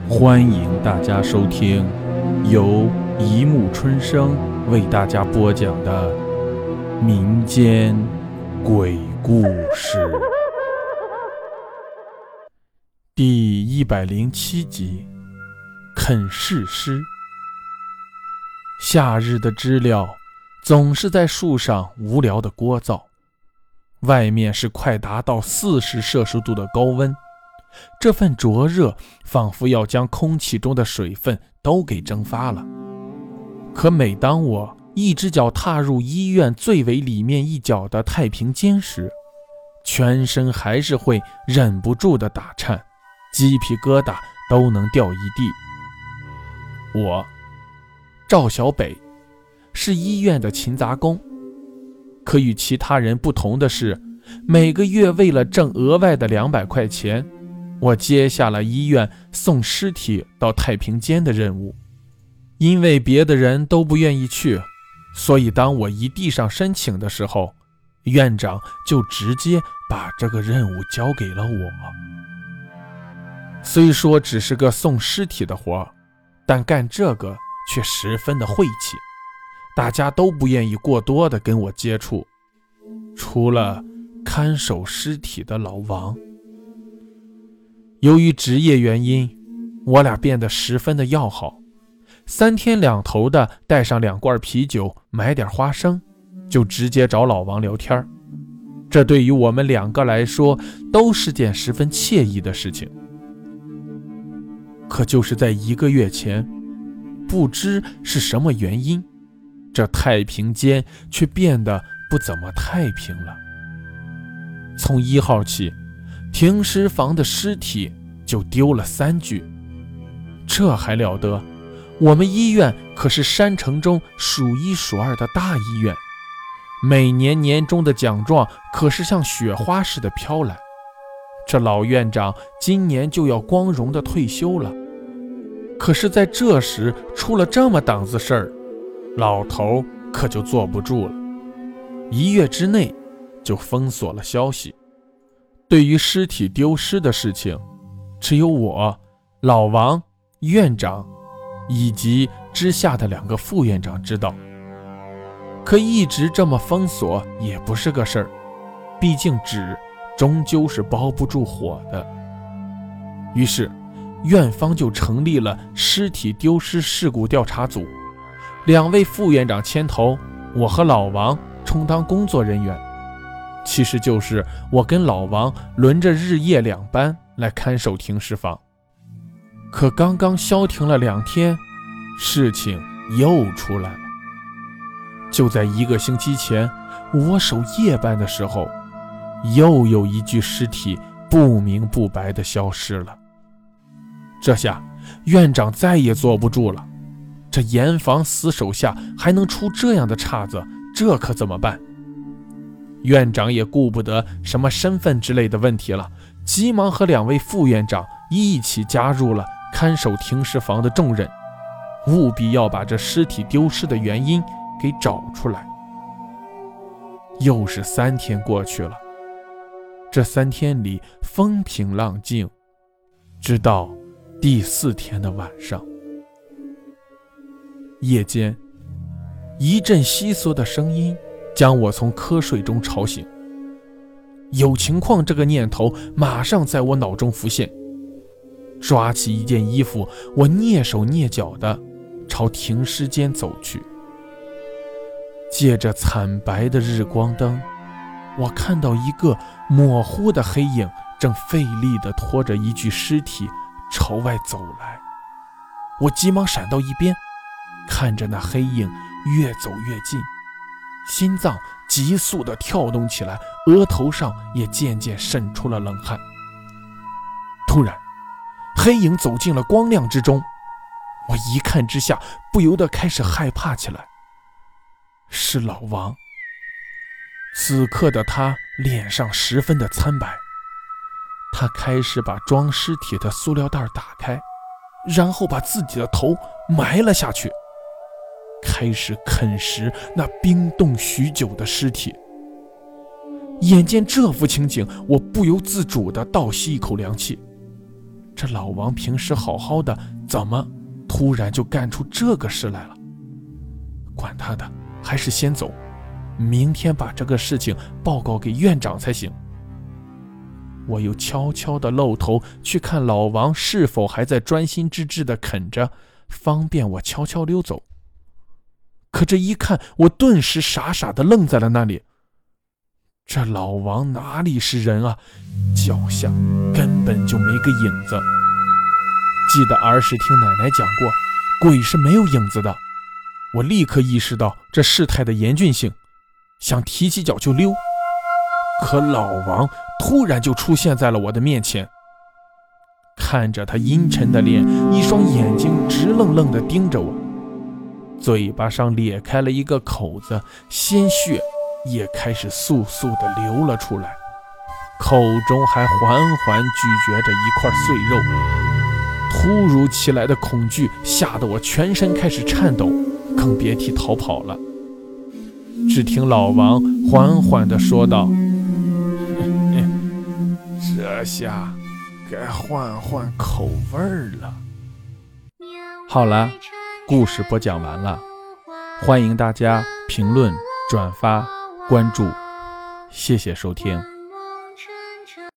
欢迎大家收听由一木春生为大家播讲的民间鬼故事第107集，啃尸尸。夏日的知了总是在树上无聊的聒噪，外面是快达到40摄氏度的高温，这份灼热仿佛要将空气中的水分都给蒸发了。可每当我一只脚踏入医院最为里面一角的太平间时，全身还是会忍不住的打颤，鸡皮疙瘩都能掉一地。我赵小北是医院的勤杂工，可与其他人不同的是，每个月为了挣额外的200块钱，我接下了医院送尸体到太平间的任务。因为别的人都不愿意去，所以当我一递上申请的时候，院长就直接把这个任务交给了我。虽说只是个送尸体的活，但干这个却十分的晦气，大家都不愿意过多的跟我接触，除了看守尸体的老王。由于职业原因，我俩变得十分的要好，3天2头的带上2罐啤酒，买点花生，就直接找老王聊天。这对于我们2个来说都是件十分惬意的事情。可就是在1个月前，不知是什么原因，这太平间却变得不怎么太平了。从1号起，停尸房的尸体就丢了3具。这还了得，我们医院可是山城中数1数2的大医院，每年年终的奖状可是像雪花似的飘来。这老院长今年就要光荣的退休了，可是在这时出了这么档子事儿，老头可就坐不住了，1月之内就封锁了消息。对于尸体丢失的事情，只有我、老王、院长以及之下的2个副院长知道。可一直这么封锁也不是个事儿，毕竟纸终究是包不住火的。于是院方就成立了尸体丢失事故调查组，2位副院长牵头，我和老王充当工作人员，其实就是我跟老王轮着日夜2班来看守停尸房。可刚刚消停了2天，事情又出来了。就在1个星期前，我守夜班的时候，又有1具尸体不明不白地消失了。这下院长再也坐不住了，这严防死守下还能出这样的岔子，这可怎么办？院长也顾不得什么身份之类的问题了，急忙和2位副院长一起加入了看守停尸房的重任，务必要把这尸体丢失的原因给找出来。又是3天过去了，这3天里风平浪静，直到第4天的晚上，夜间一阵窸窣的声音将我从瞌睡中吵醒。有情况这个念头马上在我脑中浮现，抓起一件衣服，我蹑手蹑脚地朝停尸间走去。借着惨白的日光灯，我看到一个模糊的黑影正费力地拖着1具尸体朝外走来。我急忙闪到一边，看着那黑影越走越近，心脏急速地跳动起来，额头上也渐渐渗出了冷汗。突然，黑影走进了光亮之中，我一看之下不由得开始害怕起来。是老王。此刻的他脸上十分的苍白，他开始把装尸体的塑料袋打开，然后把自己的头埋了下去，开始啃食那冰冻许久的尸体。眼见这幅情景，我不由自主地倒吸一口凉气。 这老王平时好好的，怎么突然就干出这个事来了？管他的，还是先走，明天把这个事情报告给院长才行。我又悄悄地露头去看老王是否还在专心致志地啃着，方便我悄悄溜走。可这一看，我顿时傻傻地愣在了那里。这老王哪里是人啊，脚下根本就没个影子。记得儿时听奶奶讲过，鬼是没有影子的。我立刻意识到这事态的严峻性，想提起脚就溜。可老王突然就出现在了我的面前，看着他阴沉的脸，一双眼睛直愣愣地盯着我，嘴巴上裂开了一个口子，鲜血也开始簌簌地流了出来，口中还缓缓咀嚼着一块碎肉。突如其来的恐惧吓得我全身开始颤抖，更别提逃跑了。只听老王缓缓地说道：这下该换换口味了。好了，故事播讲完了，欢迎大家评论、转发、关注，谢谢收听。